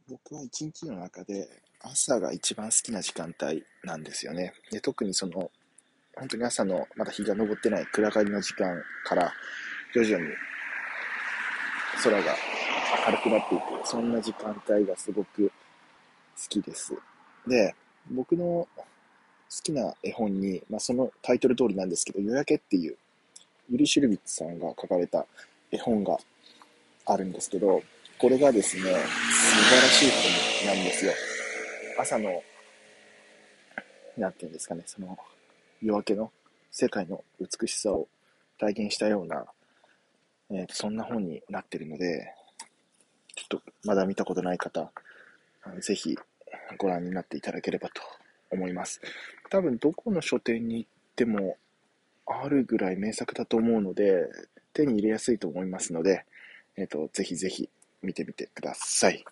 僕は一日の中で朝が一番好きな時間帯なんですよね。で、特に本当に朝のまだ日が昇ってない暗がりの時間から徐々に空が明るくなっていく、そんな時間帯がすごく好きです。で、僕の好きな絵本に、そのタイトル通りなんですけど、夜焼けっていうユリ・シュルビッツさんが書かれた絵本があるんですけど、これがですね、素晴らしい本なんですよ。朝のなんていうんですかね、夜明けの世界の美しさを体現したような、そんな本になっているので、ちょっとまだ見たことない方、ぜひご覧になっていただければと思います。多分どこの書店に行ってもあるぐらい名作だと思うので、手に入れやすいと思いますので、ぜひぜひ見てみてください。